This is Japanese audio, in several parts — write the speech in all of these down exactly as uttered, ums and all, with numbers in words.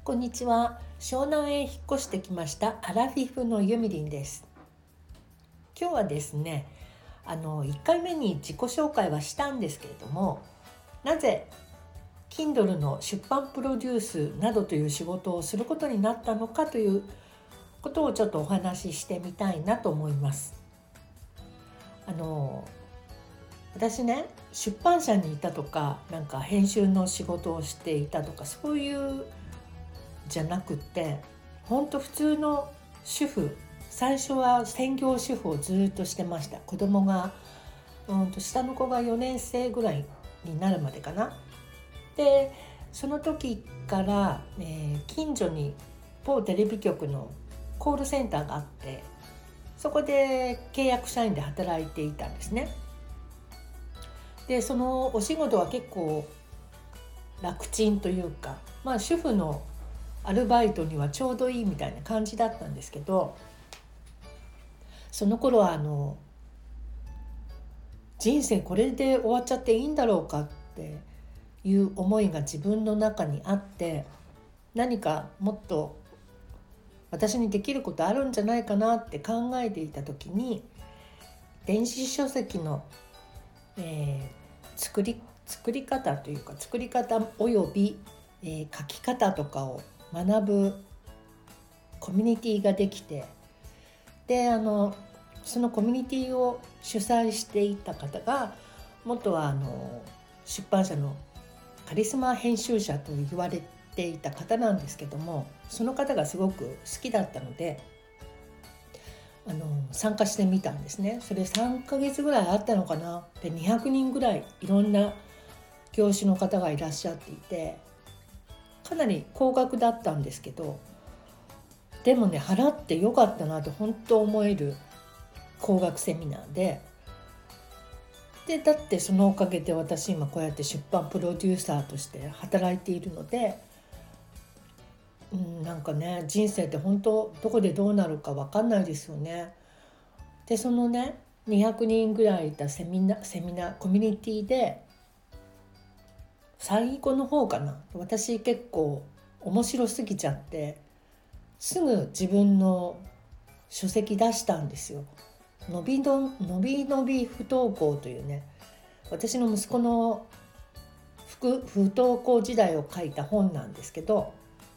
こんにちは。湘南へ引っ越してきましたアラフィフのゆみりんです。今日はですね、あのいっかいめに自己紹介はしたんですけれども、なぜ Kindle の出版プロデュースなどという仕事をすることになったのかということをちょっとお話ししてみたいなと思います。あの私ね、出版社にいたとか、なんか編集の仕事をしていたとか、そういうじゃなくて、ほんと普通の主婦、最初は専業主婦をずっとしてました。子供がうんと下の子がよねん生ぐらいになるまでかな。でその時から、えー近所に某テレビ局のコールセンターがあって、そこで契約社員で働いていたんですね。でそのお仕事は結構楽ちんというか、まあ主婦のアルバイトにはちょうどいいみたいな感じだったんですけど、その頃はあの人生これで終わっちゃっていいんだろうかっていう思いが自分の中にあって、何かもっと私にできることあるんじゃないかなって考えていた時に、電子書籍の、えー作り作り方というか作り方および、えー書き方とかを学ぶコミュニティができて、であのそのコミュニティを主催していた方が、元はあの出版社のカリスマ編集者と言われていた方なんですけども、その方がすごく好きだったので、あの参加してみたんですね。それさんかげつぐらいあったのかな。でにひゃくにんぐらいいろんな業種の方がいらっしゃっていて、かなり高額だったんですけど、でもね、払ってよかったなと本当思える高額セミナーで、でだってそのおかげで私今こうやって出版プロデューサーとして働いているので、うん、なんかね、人生って本当どこでどうなるか分かんないですよね。でそのね、にひゃくにんぐらいいたセミナーセミナーコミュニティで、最後の方かな、私結構面白すぎちゃって、すぐ自分の書籍出したんですよ。のびののびのび不登校というね、私の息子の不不登校時代を書いた本なんですけど、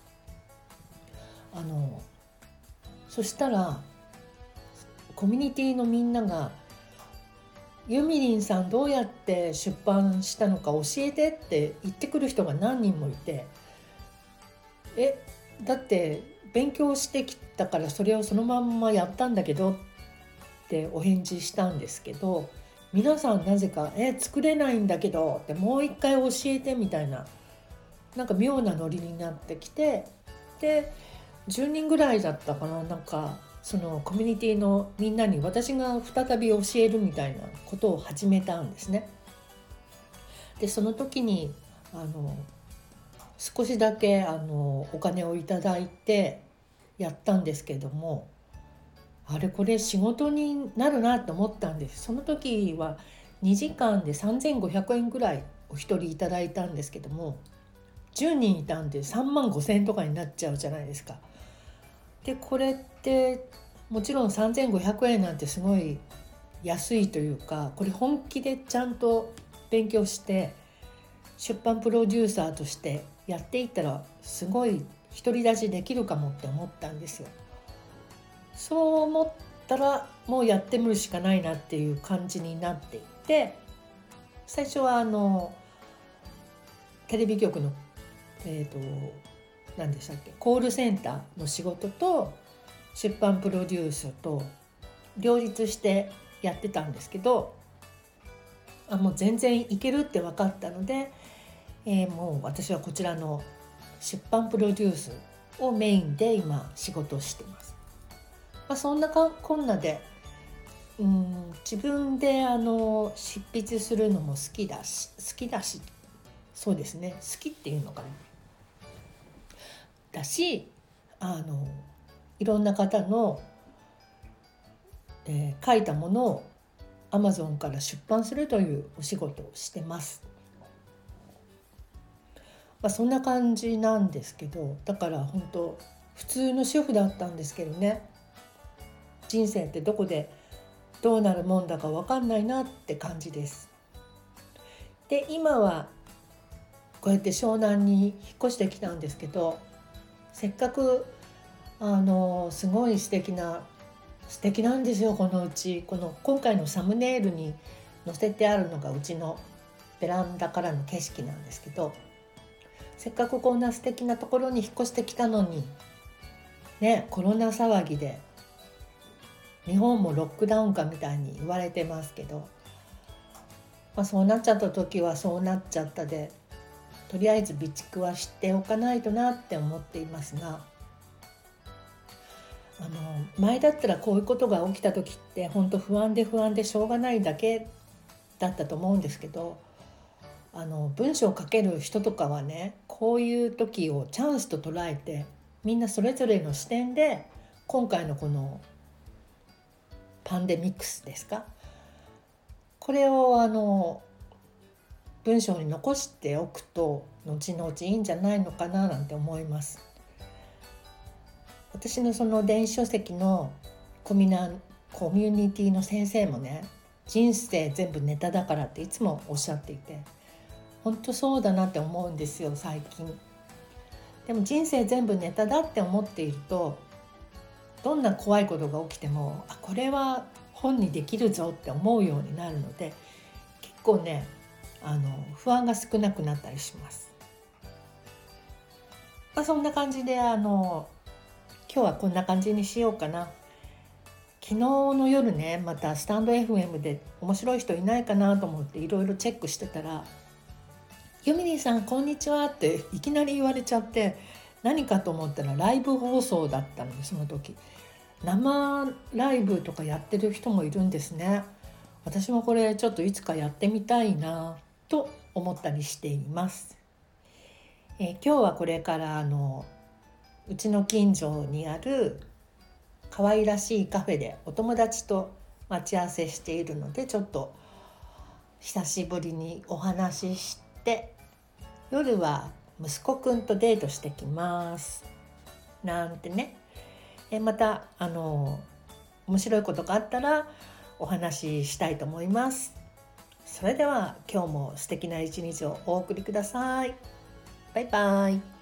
あのそしたらコミュニティのみんながゆみりんさんどうやって出版したのか教えてって言ってくる人が何人もいて、えだって勉強してきたからそれをそのまんまやったんだけどってお返事したんですけど、皆さんなぜか「え作れないんだけど」ってもう一回教えてみたいな、なんか妙なノリになってきて、でじゅうにんぐらいだったかな、なんかそのコミュニティのみんなに私が再び教えるみたいなことを始めたんですね。でその時にあの少しだけあのお金をいただいてやったんですけども、あれこれ仕事になるなと思ったんです。その時はにじかんでさんぜんごひゃくえんぐらいお一人いただいたんですけども、じゅうにんいたんでさんまんごせんえんとかになっちゃうじゃないですか。でこれってもちろんさんぜんごひゃくえんなんてすごい安いというか、これ本気でちゃんと勉強して出版プロデューサーとしてやっていったらすごい独り立ちできるかもって思ったんですよ。そう思ったらもうやってみるしかないなっていう感じになっていて、最初はあのテレビ局のえっ、と何でしたっけ、コールセンターの仕事と出版プロデュースと両立してやってたんですけど、あもう全然いけるって分かったので、えーもう私はこちらの出版プロデュースをメインで今仕事をしてます。まあ、そんなかこんなで、うん自分であの執筆するのも好きだし好きだしそうですね、好きっていうのかな、だし、あのいろんな方の、えー書いたものを Amazon から出版するというお仕事をしてます。 まあ、そんな感じなんですけど、だから本当普通の主婦だったんですけどね、人生ってどこでどうなるもんだか分かんないなって感じです。で今はこうやって湘南に引っ越してきたんですけど、せっかくあのすごい素敵な素敵なんですよこのうち。この今回のサムネイルに載せてあるのがうちのベランダからの景色なんですけど、せっかくこんな素敵なところに引っ越してきたのにね、コロナ騒ぎで日本もロックダウンかみたいに言われてますけど、まあ、そうなっちゃった時はそうなっちゃったで、とりあえず備蓄はしておかないとなって思っていますが、あの前だったらこういうことが起きた時って本当不安で不安でしょうがないだけだったと思うんですけど、あの文章を書ける人とかはね、こういう時をチャンスと捉えて、みんなそれぞれの視点で今回のこのパンデミックスですか、これをあの文章に残しておくと後々いいんじゃないのかななんて思います。私のその電子書籍のコミナコミュニティの先生もね、人生全部ネタだからっていつもおっしゃっていて、本当そうだなって思うんですよ最近。でも人生全部ネタだって思っていると、どんな怖いことが起きても、あ、これは本にできるぞって思うようになるので、結構ね、あの不安が少なくなったりします。まあ、そんな感じであの今日はこんな感じにしようかな。昨日の夜ね、またスタンド エフエム で面白い人いないかなと思っていろいろチェックしてたら、ユミリンさんこんにちはっていきなり言われちゃって、何かと思ったらライブ放送だったので、その時生ライブとかやってる人もいるんですね。私もこれちょっといつかやってみたいなと思ったりしています。えー、今日はこれからあのうちの近所にある可愛らしいカフェでお友達と待ち合わせしているので、ちょっと久しぶりにお話しして、夜は息子くんとデートしてきますなんてね。えまたあの面白いことがあったらお話ししたいと思います。それでは今日も素敵な一日をお送りください。バイバイ。